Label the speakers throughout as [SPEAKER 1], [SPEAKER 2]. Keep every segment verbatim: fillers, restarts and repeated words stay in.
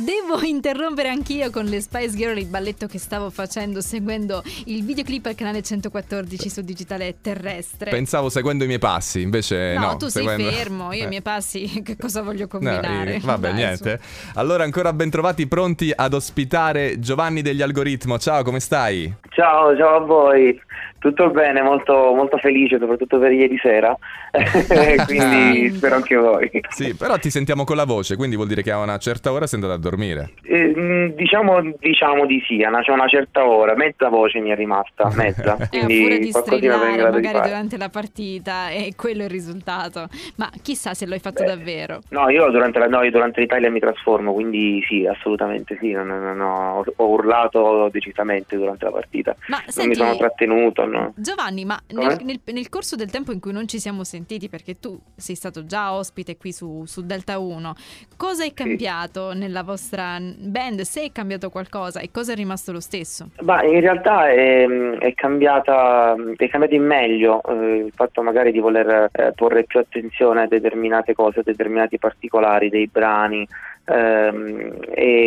[SPEAKER 1] devo interrompere anch'io con le Spice Girl il balletto che stavo facendo seguendo il videoclip al canale centoquattordici su Digitale Terrestre.
[SPEAKER 2] Pensavo seguendo i miei passi, invece no.
[SPEAKER 1] No, tu
[SPEAKER 2] seguendo...
[SPEAKER 1] sei fermo, io
[SPEAKER 2] eh.
[SPEAKER 1] i miei passi che cosa voglio combinare?
[SPEAKER 2] No, vabbè,
[SPEAKER 1] Dai,
[SPEAKER 2] niente.
[SPEAKER 1] su.
[SPEAKER 2] Allora, ancora ben trovati, pronti ad ospitare Giovanni degli Algoritmo. Ciao, come stai?
[SPEAKER 3] Ciao, ciao a voi. Tutto bene, molto, molto felice, soprattutto per ieri sera. Quindi spero anche voi.
[SPEAKER 2] Sì, però ti sentiamo con la voce, quindi vuol dire che a una certa ora sei andato a dormire.
[SPEAKER 3] Eh, diciamo, diciamo di sì, c'è una certa ora, mezza voce mi è rimasta, mezza.
[SPEAKER 1] Eh,
[SPEAKER 3] Quindi
[SPEAKER 1] oppure di
[SPEAKER 3] qualcosina sono in
[SPEAKER 1] strillare
[SPEAKER 3] grado di
[SPEAKER 1] magari
[SPEAKER 3] fare.
[SPEAKER 1] durante la partita e quello è il risultato. Ma chissà se lo hai fatto
[SPEAKER 3] Beh,
[SPEAKER 1] davvero.
[SPEAKER 3] No, io durante la no, io durante l'Italia mi trasformo, quindi sì, assolutamente sì. Non, non, no, ho urlato decisamente durante la partita.
[SPEAKER 1] Ma
[SPEAKER 3] non
[SPEAKER 1] senti,
[SPEAKER 3] mi sono trattenuto, no.
[SPEAKER 1] Giovanni, ma nel, nel, nel corso del tempo in cui non ci siamo sentiti, perché tu sei stato già ospite qui su, su Delta uno, cosa è cambiato sì. nella vostra band? Se è cambiato qualcosa e cosa è rimasto lo stesso?
[SPEAKER 3] Bah, in realtà è, è cambiata è cambiato in meglio eh, il fatto magari di voler eh, porre più attenzione a determinate cose, a determinati particolari dei brani, ehm,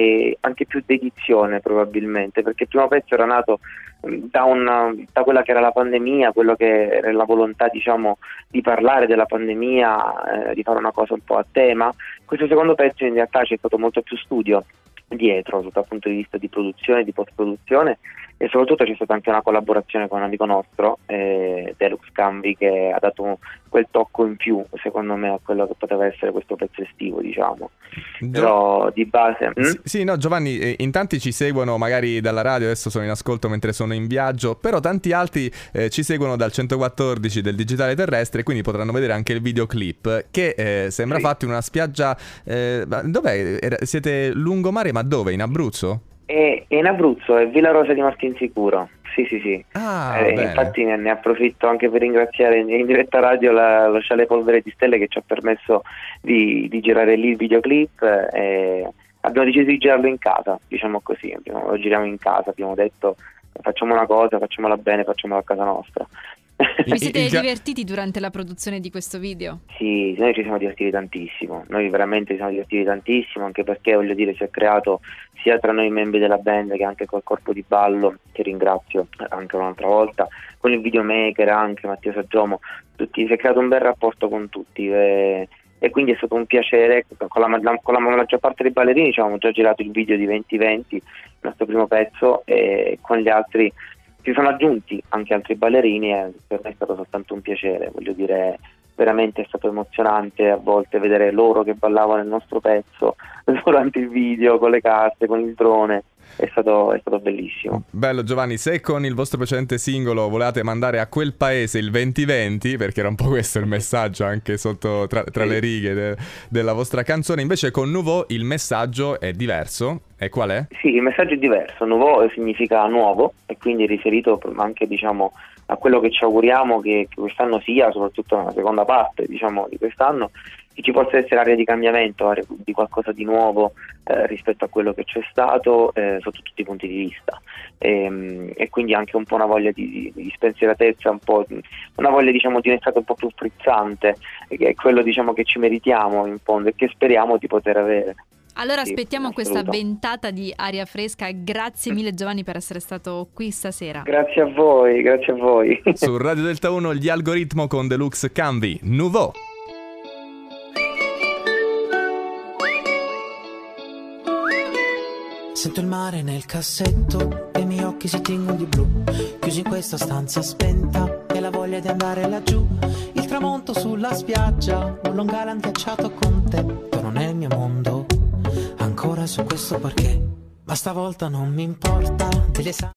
[SPEAKER 3] e anche più dedizione probabilmente, perché il primo pezzo era nato da, un, da quella che era la pandemia, quello che era la volontà, diciamo, di parlare della pandemia, eh, di fare una cosa un po' a tema. Questo secondo pezzo in realtà c'è stato molto più studio dietro, dal punto di vista di produzione, di post-produzione, e soprattutto c'è stata anche una collaborazione con un amico nostro, eh, Deluxe Canvi, che ha dato un, quel tocco in più secondo me a quello che poteva essere questo pezzo estivo, diciamo. Gio- Però di base hm?
[SPEAKER 2] sì, sì, no, Giovanni, eh, in tanti ci seguono magari dalla radio, adesso sono in ascolto mentre sono in viaggio, però tanti altri eh, ci seguono dal centoquattordici del Digitale Terrestre, quindi potranno vedere anche il videoclip che eh, sembra
[SPEAKER 3] sì.
[SPEAKER 2] fatto in una spiaggia, eh, dov'è? Era, siete lungomare, ma dove? In Abruzzo?
[SPEAKER 3] È, è in Abruzzo, è Villa Rosa di Martinsicuro. Sì, sì, sì.
[SPEAKER 2] Ah,
[SPEAKER 3] eh, infatti ne, ne approfitto anche per ringraziare in, in diretta radio la, lo Chalet Polvere di Stelle, che ci ha permesso di, di girare lì il videoclip. Eh, abbiamo deciso di girarlo in casa, diciamo così. Abbiamo, lo giriamo in casa, abbiamo detto facciamo una cosa, facciamola bene, facciamola a casa nostra.
[SPEAKER 1] Vi siete divertiti durante la produzione di questo video?
[SPEAKER 3] Sì, noi ci siamo divertiti tantissimo, noi veramente ci siamo divertiti tantissimo, anche perché, voglio dire, si è creato sia tra noi membri della band che anche col corpo di ballo, che ringrazio anche un'altra volta, con il videomaker anche, Mattia Saggiomo, tutti, si è creato un bel rapporto con tutti e, e quindi è stato un piacere. Con la, con la maggior parte dei ballerini ci avevamo già girato il video di venti venti, il nostro primo pezzo, e con gli altri si sono aggiunti anche altri ballerini e per me è stato soltanto un piacere, voglio dire, veramente è stato emozionante a volte vedere loro che ballavano il nostro pezzo durante il video, con le carte, con il drone. È stato, è stato bellissimo.
[SPEAKER 2] Bello Giovanni, se con il vostro precedente singolo volevate mandare a quel paese il venti venti, perché era un po' questo il messaggio anche sotto tra, tra
[SPEAKER 3] sì.
[SPEAKER 2] le righe de, della vostra canzone, invece con Nouveau il messaggio è diverso. E qual è?
[SPEAKER 3] Sì, il messaggio è diverso. Nouveau significa nuovo e quindi riferito anche, diciamo, a quello che ci auguriamo che, che quest'anno sia, soprattutto nella seconda parte, diciamo, di quest'anno, che ci possa essere area di cambiamento, area di qualcosa di nuovo eh, rispetto a quello che c'è stato eh, sotto tutti i punti di vista, e, e quindi anche un po' una voglia di, di spensieratezza, un po' una voglia, diciamo, di un'estate un po' più frizzante, che è quello, diciamo, che ci meritiamo in fondo e che speriamo di poter avere.
[SPEAKER 1] Allora
[SPEAKER 3] sì,
[SPEAKER 1] aspettiamo questa ventata di aria fresca. Grazie mille Giovanni per essere stato qui stasera.
[SPEAKER 3] Grazie a voi, grazie a voi.
[SPEAKER 2] Su Radio Delta uno gli Algoritmo con Deluxe Canvi, Nouveau.
[SPEAKER 4] Sento il mare nel cassetto e i miei occhi si tingono di blu, chiusi in questa stanza spenta e la voglia di andare laggiù. Il tramonto sulla spiaggia, un Long Island ghiacciato con te, torno nel mio mondo, ancora su questo perché, ma stavolta non mi importa delle sa-